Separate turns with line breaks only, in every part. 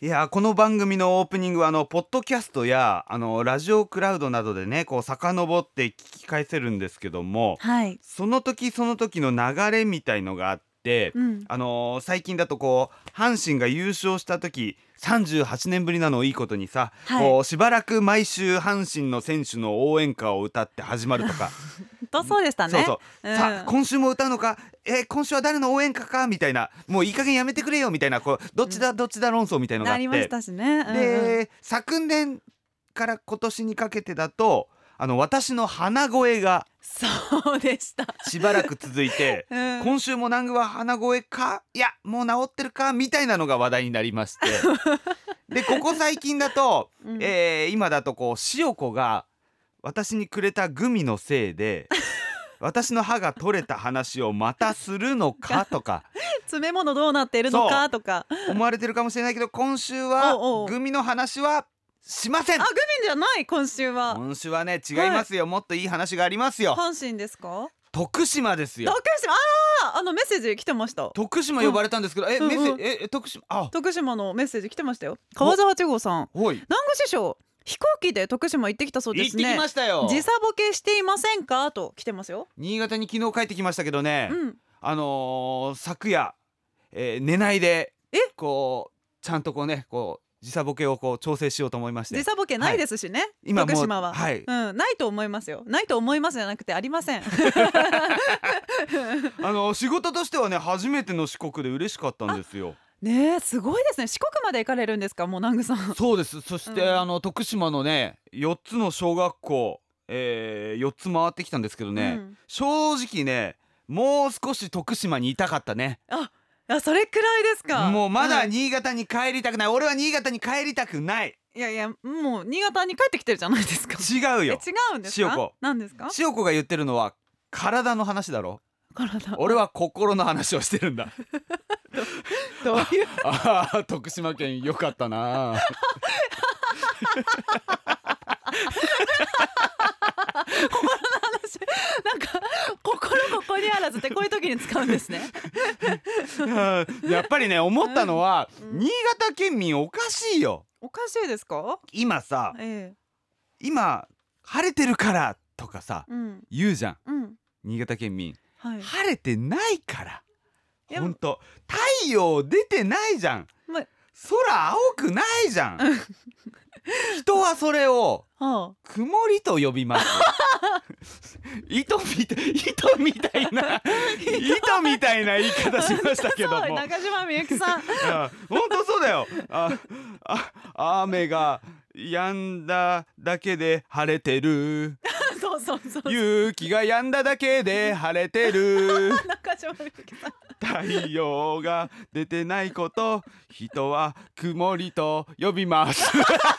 いやこの番組のオープニングはポッドキャストやラジオクラウドなどでねこう遡って聞き返せるんですけども、
はい。
その時その時の流れみたいのがあって、
うん。
最近だとこう阪神が優勝した時38年ぶりなのをいいことにさ、
はい
こうしばらく毎週阪神の選手の応援歌を歌って始まるとか
とそうでしたね。
そうそう、さあ今週も歌うのか、今週は誰の応援歌かみたいな、もういい加減やめてくれよみたいな、こうどっちだどっちだ論争みたいのがあって、
なりましたしね。
で、昨年から今年にかけてだと私の鼻声が
そうでした。
しばらく続いて
うん
今週も南具は鼻声か、いやもう治ってるかみたいなのが話題になりましてでここ最近だと、
うん
今だとこう塩子が私にくれたグミのせいで私の歯が取れた話をまたするのかとか
詰め物どうなっているのかとか。
思われてるかもしれないけど、今週は
おうおう
グミの話はしません。
あ、グミじゃない今週は。
今週はね違いますよ、もっといい話がありますよ。
阪神ですか？
徳島ですよ。
徳島、メッセージ来てました。
徳島呼ばれたんですけど、メッセージ、徳島、
徳島のメッセージ来てましたよ。川沢八号さん。
ほい、
南具師匠、飛行機で徳島行ってきたそうですね。
行ってきましたよ。
時差ボケしていませんかと来てますよ。
新潟に昨日帰ってきましたけどね、
うん。
昨夜、寝ないで
え
こうちゃんとこうねこう時差ボケをこう調整しようと思いまして、
時差ボケないですしね、
今もう
徳島は、
はい
ないと思いますよ。ないと思いますじゃなくてありません。
仕事としてはね初めての四国で嬉しかったんですよ。
ねえ、すごいですね。四国まで行かれるんですか、もう南具さん。
そうです。そして、徳島のね4つの小学校、4つ回ってきたんですけどね、
うん
正直ねもう少し徳島にいたかったね。
それくらいですか。
もうまだ
うん
新潟に帰りたくない、俺は新潟に帰りたくない。
いやいや、もう新潟に帰ってきてるじゃないですか。
違うよ。
違うんですか。
塩子
何ですか。
塩子が言ってるのは体の話だろ。
体。
俺は心の話をしてるんだ。
どういう
徳島県良かったな。
話なんか心ここにあらずってこういう時に使うんですね。
やっぱりね思ったのは、
うん
新潟県民おかしいよ。
おかしいですか。
今さ
ええ。
今晴れてるからとかさ
うん
言うじゃん。
うん。
新潟県民
はい。
晴れてないから
いや
ほんと太陽出てないじゃん。
ま
空青くないじゃん。人はそれを
は
曇りと呼びます。糸みたいな言い方しましたけども、
そう中島みゆきさん。
本当そうだよ。雨が止んだだけで晴れてる、
そう
雪が止んだだけで晴れてる、
中島みゆきさん。
太陽が出てないこと人は曇りと呼びます。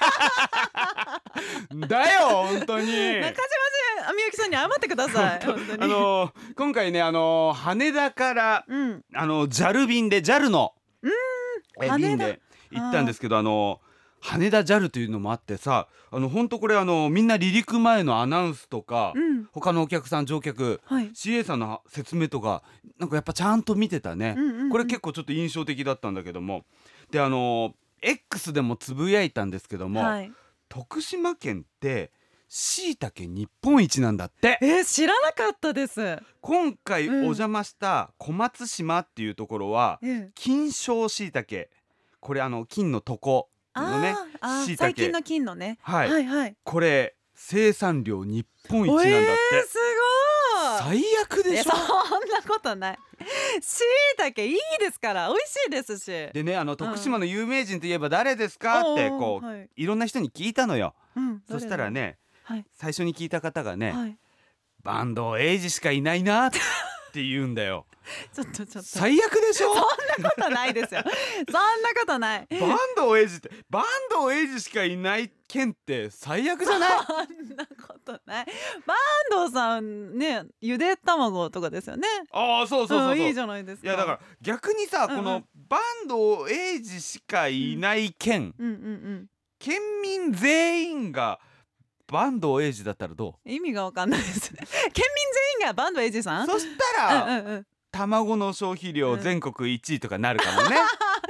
だよ本当に。
中島みゆきさんに謝ってください。本当に。
今回ね羽田から
うん。
JAL 便で JAL の便で行ったんですけど、羽田 JAL というのもあってさ、ほんとこれみんな離陸前のアナウンスとか、
うん
他のお客さん乗客、
はい。
CA さんの説明とかなんかやっぱちゃんと見てたね、
うんうんうん
これ結構ちょっと印象的だったんだけども、でX でもつぶやいたんですけども、
はい。
徳島県って椎茸日本一なんだって。
知らなかったです。
今回お邪魔した小松島っていうところは、金賞椎茸、これ金の床のね椎茸、
最近の金のね。
はい
はいはい。
これ生産量日本一なんだって、
すごい。
最悪でしょ。
そんなことない。椎茸いいですから美味しいですし。
でね徳島の有名人といえば誰ですかってこう、
はい
いろんな人に聞いたのよ、そしたら
ね。
ね
はい
最初に聞いた方がね、
はい。
坂東栄治しかいないなって言うんだよ。
ちょっと。
最悪でしょ。
そんなことないですよ。そんなことない。
坂東栄治って坂東栄治しかいない県って最悪じゃない？
そんなことない。坂東さんね、ゆで卵とかですよね。
そう、
いいじゃないですか。
いやだから逆にさ、
うんうん
この坂東栄治しかいない県、県民全員が坂東栄治だったらど
意味がわかんないです。県民全員が坂東栄治さん。
う？そしたら、卵の消費量全国1位とかなるかもね。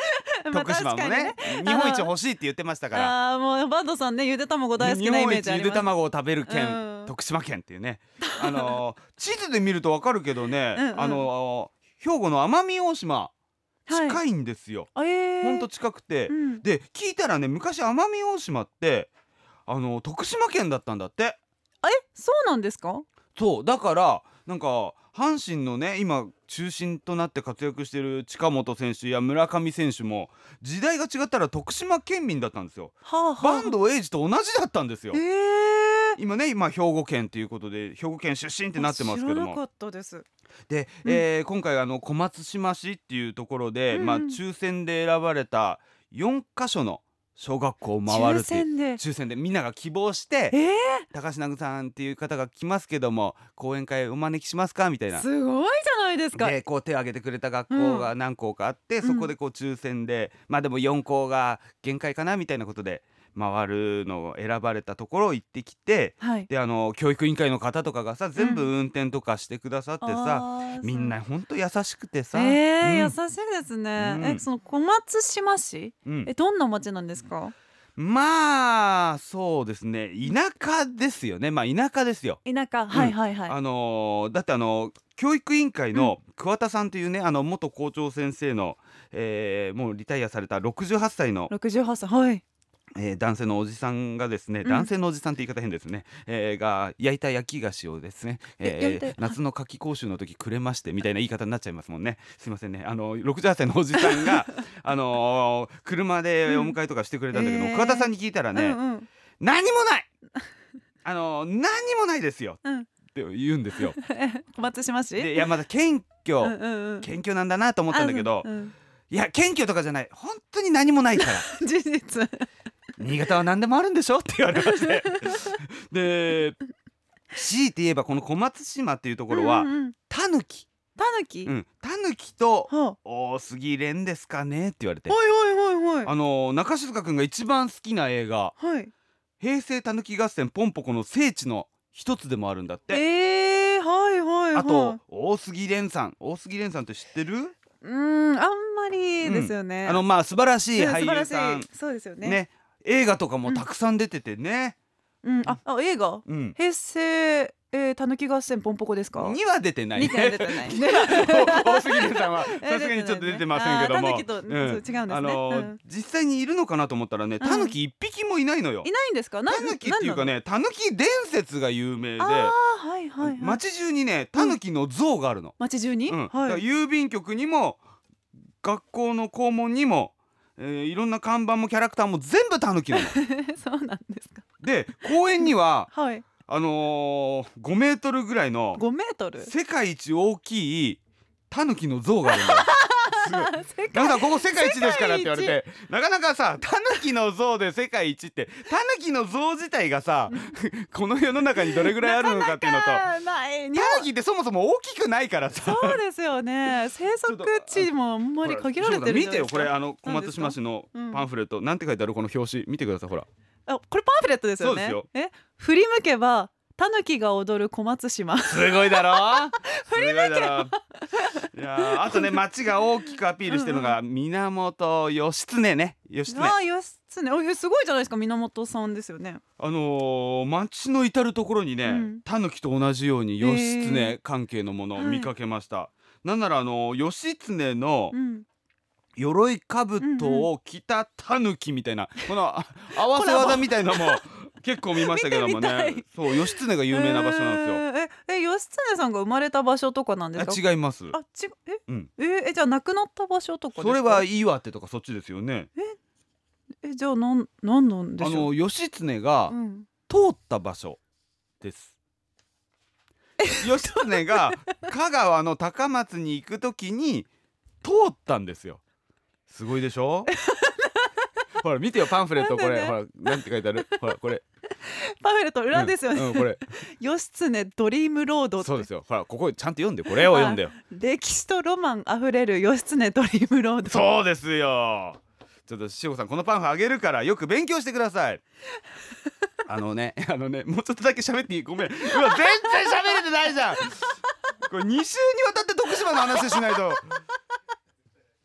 まあ
徳島もね
確かに
日本一欲しいって言ってましたから
もうバンドさんね、ゆで卵大好
日
きなイ
本一ゆで
メージあります。
卵を食べる県、
うん
徳島県っていうね地図で見るとわかるけどね、
うんうん
兵庫の奄美大島
はい
近いんですよ、
ほ
ほんと近くて、
うん
で聞いたらね昔奄美大島って徳島県だったんだって。
そうなんですか？
そうだからなんか阪神のね今中心となって活躍している近本選手や村上選手も時代が違ったら徳島県民だったんですよ。
はあはあ。
坂東栄治と同じだったんですよ。今ね兵庫県ということで兵庫県出身ってなってますけども、
知らなかったです。
で、今回小松島市っていうところで、
うんうん
抽選で選ばれた4カ所の小学校を回るっていう抽選でみんなが希望して高階さんっていう方が来ますけども講演会お招きしますかみたいな。
すごいじゃないですか。
でこう手を挙げてくれた学校が何校かあって、そこでこう抽選で、まあでも4校が限界かなみたいなことで回るのを選ばれたところを行ってきて、
はい
で教育委員会の方とかがさ全部運転とかしてくださってさ、
あー
みんなほんと優しくてさ、
優しいですね。
うん
その小松島市、
うん
どんな町なんですか？
まあそうですね田舎ですよね。まあ田舎ですよ。
田舎、はいはいはい。
だって教育委員会の桑田さんというね元校長先生の、もうリタイアされた68歳の、
68歳、はい。
男性のおじさんがですね、男性のおじさんって言い方変ですね、が焼いた焼き菓子をですね、
焼いた
夏の夏期講習の時くれましてみたいな言い方になっちゃいますもんね。すいませんね。68歳のおじさんが車でお迎えとかしてくれたんだけど、桑田さんに聞いたらね、何もない何もないですよ
うん
って言うんですよ。
小松島市。
でいやまだ謙虚、
謙
謙虚なんだなと思ったんだけど、
うん
いや謙虚とかじゃない本当に何もないから
事実。
新潟は何でもあるんでしょって言われましてで強いて言えばこの小松島っていうところはタヌキ、
タヌキ。
タヌキと
は
大杉蓮ですかねって言われて、
いはいはい
中静君が一番好きな映画
はい。
平成たぬき合戦ポンポコの聖地の一つでもあるんだって、
はいはいはい。
あと大杉蓮さんって知ってる？
あんまりですよね。
まあ素晴らしい俳優
素晴らし
さん
い。そうですよね。
ね、映画とかもたくさん出ててね、
映画、
うん
平成たぬき合戦ポンポコですか？
には出てない
には出てない
大杉蓮さんはさすがにちょっと出てませんけども、
タヌキとそう違うんですね。
実際にいるのかなと思ったらね、タヌキ一匹もいないのよ。
いないんですか？
タヌキっていうかね、タヌキ伝説が有名で、
はいはいはい。
街中にねタヌキの像があるの。
街中に、
だから郵便局にも学校の校門にも、いろんな看板もキャラクターも全部タヌキなの。
そうなんですか。
で公園には
はい
5メートルぐらいの
5メートル。
世界一大きいタヌキの像があるんだよ。なんかここ世界一ですからって言われて、なかなかさタヌキの像で世界一ってタヌキの像自体がさこの世の中にどれぐらいあるのかっていうのと、タヌキってそもそも大きくないからさ。
そうですよね。生息地もあんまり限られてるじゃないですか。
見てよこれ小松島市のパンフレット、なんて書いてあるこの表紙見てください。ほら
これパンフレットですよね。
そうですよ。
振り向けばタヌキが踊る小松島。
すごいだろすごいだろ。いやあとね町が大きくアピールしてるのが源義経ね。義経
すごいじゃないですか。源さんですよね。
町の至る所にね、タヌキと同じように義経関係のものを見かけました。なんなら義経の鎧兜を着たタヌキみたいなこの合わせ技みたいなのも結構見ましたけどもね。そう義経が有名な場所なんですよ。
義経さんが生まれた場所とかなんですか？
違います。
じゃあ亡くなった場所とかですか？
それは岩手とかそっちですよね。
じゃあなんなんでしょう。
義経が通った場所です。義経が香川の高松に行くときに通ったんですよ。すごいでしょほら見てよパンフレットこれほらなんて書いてあるほらこれ
パンフレット裏ですよね。
これ
義経ドリームロードって。
そうですよ。ほらここちゃんと読んでこれを読んでよ。
歴史とロマンあふれる義経ドリームロード。
そうですよ。ちょっとしおさんこのパンフあげるからよく勉強してください。もうちょっとだけ喋っていい？ごめん。全然喋れてないじゃん。これ2週にわたって徳島の話しないと。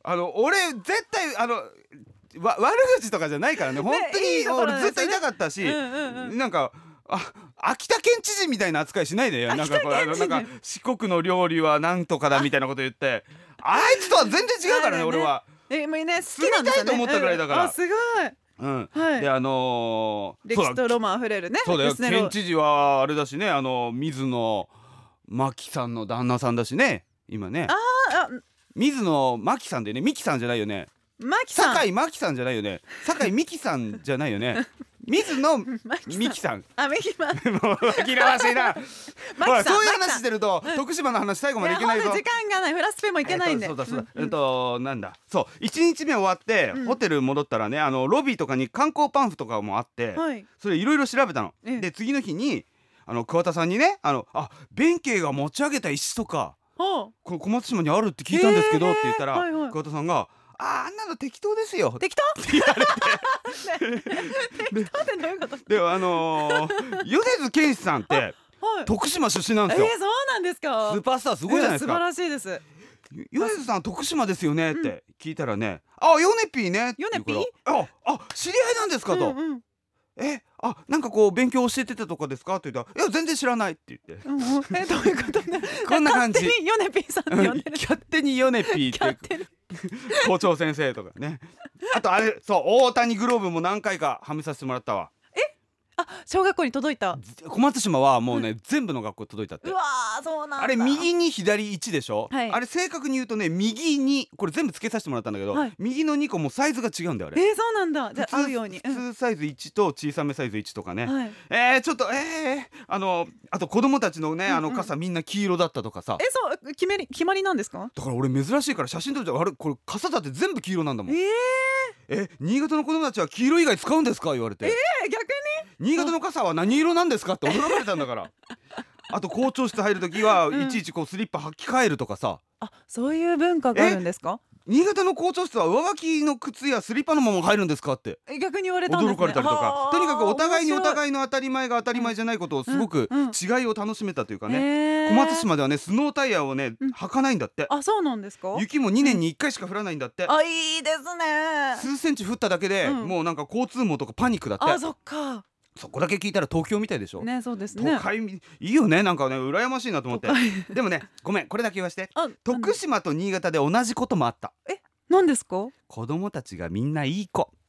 俺絶対悪口とかじゃないからね、本当に俺ずっと痛かったし、なんか秋田県知事みたいな扱いしないでよ。なんか四国の料理はなんとかだみたいなこと言って、あいつとは全然違うからね俺は。
もうね、
住みたいと思ったぐらいだから。
すごい。
で
歴史とロマンあふれるね。
そうだよ、県知事はあれだしね、水野真紀さんの旦那さんだしね今ね。水野真紀さんでね、美紀さんじゃないよね。酒井真紀さんじゃないよね。酒井美紀さんじゃないよね。水野美紀さん。
美紀さん。
もう紛らわしいな。ほら、そういう話してると徳島の話最後までいけないぞ。
時間がない、フラスペもいけないんで。
そうだなんだ、そう1日目終わってホテル戻ったらね、ロビーとかに観光パンフとかもあって、それいろいろ調べたの。で次の日に桑田さんにね、弁慶が持ち上げた石とか小松島にあるって聞いたんですけどって言ったら、桑田さんがあんなの適当ですよ。
適当って言われて。適当ってどういうこと？
で米津玄師さんって徳島出身なんですよ。
そうなんですか。
スーパースターすごいじゃないですか。
素晴らしいです。
米津さん徳島ですよねって聞いたらね、ヨネピーね。
ヨネピー？
知り合いなんですかと。なんかこう勉強教えてたとかですかって言ったら、いや全然知らないって言って。
どういうことね。
こんな感じ。
勝手にヨネピーさんって呼んでる。
勝手にヨネピーって校長先生とかね。あとそう大谷グローブも何回かはめさせてもらったわ。
小学校に届いた。
小松島はもうね、全部の学校届いたって。
うわー、そうなんだ。
あれ右に左1でしょ。あれ正確に言うとね、右にこれ全部付けさせてもらったんだけど、右の2個もサイズが違うんだよあれ。
そうなんだ。じゃあ合うように。
普通サイズ1と小さめサイズ1とかね。ちょっとあと子供たちのね傘みんな黄色だったとかさ。
そう決まりなんですか？
だから俺珍しいから写真撮って、あれこれ傘だって全部黄色なんだもん。新潟の子供たちは黄色以外使うんですか言われて。
逆に
新潟の傘は何色なんですかって驚かれたんだから。あと校長室入るときはいちいちこうスリッパ履き替えるとかさ。
そういう文化があるんですか？
新潟の校長室は上履きの靴やスリッパのまま入るんですかって
逆に言われたんですね。
驚かれたりとか、とにかくお互いにお互いの当たり前が当たり前じゃないことをすごく違いを楽しめたというかね。小松島ではねスノータイヤをね履かないんだって。
そうなんですか？
雪も2年に1回しか降らないんだって。
いいですね。
数センチ降っただけでもうなんか交通網とかパニックだって。
そっか。
そこだけ聞いたら東京みたいでしょ。
ね、そうですね。
都会いいよね、なんかね羨ましいなと思って。でもね、ごめん、これだけ言わして。徳島と新潟で同じこともあった。
何ですか？
子供たちがみんないい子。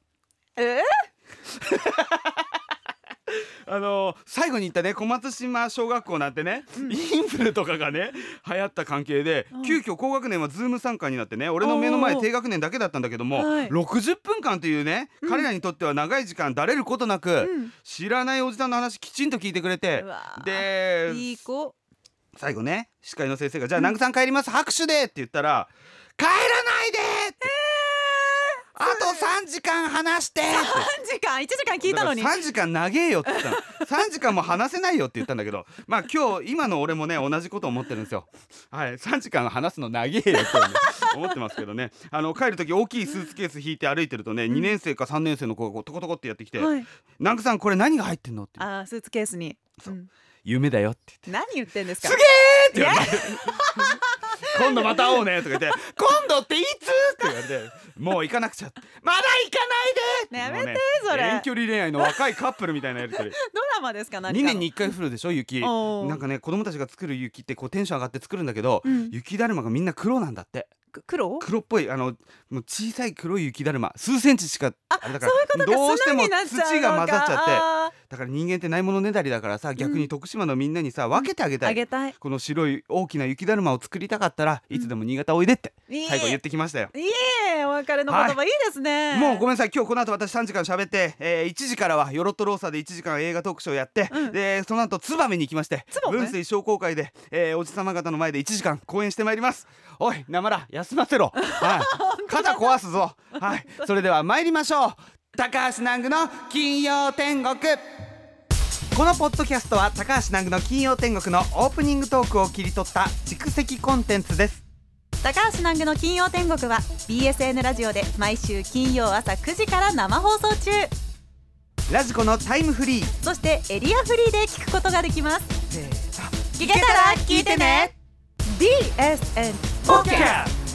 最後に言ったね小松島小学校なんてね、インフルとかがね流行った関係で、急遽高学年はズーム参加になってね、俺の目の前低学年だけだったんだけども、60分間というね、彼らにとっては長い時間だれることなく、知らないおじさんの話きちんと聞いてくれて、で
いい子。
最後ね司会の先生がじゃあ南具さん帰ります拍手でって言ったら、帰らないでって、あと3時間話してって。
3時間1時間聞いたのに
3時間長えよって言ったの。3時間も話せないよって言ったんだけど、まあ今の俺もね同じこと思ってるんですよ。3時間話すの長えよって思ってますけどね。帰る時大きいスーツケース引いて歩いてるとね、2年生か3年生の子がトコトコってやってきて、南具さんこれ何が入ってんのって。
スーツケースに。
夢だよって言って。
何言ってんですか？
すげーって言われて今度また会おうねとか言って、今度っていつって言われて、もう行かなくちゃって、まだ行かないで。
やめてそれ。
遠距離恋愛の若いカップルみたいなやりとり。
ドラマですか？何か
2年に1回降るでしょ雪。なんかね子供たちが作る雪ってこうテンション上がって作るんだけど、雪だるまがみんな黒なんだって。黒っぽいもう小さい黒い雪だるま、数センチしかあれだからどうしても土が混ざっちゃって、だから人間ってないものねだりだからさ、逆に徳島のみんなにさ分けてあげたい。この白い大きな雪だるまを作りたかったらいつでも新潟おいでって最後言ってきましたよ。
お別れの言葉いいですね。
もうごめんなさい、今日この後私3時間喋って、1時からはヨロットローサーで1時間映画トークショーやって、でその後燕に行きまして、文水商工会で、おじさま方の前で1時間公演してまいります。おいなまら休ませろ、肩壊すぞ。それでは参りましょう。高橋南具の金曜天国。このポッドキャストは高橋南具の金曜天国のオープニングトークを切り取った蓄積コンテンツです。
高橋南具の金曜天国は BSN ラジオで毎週金曜朝9時から生放送中。
ラジコのタイムフリー、
そしてエリアフリーで聞くことができます。聞けたら聞いてね。BSN ポッドキャスト。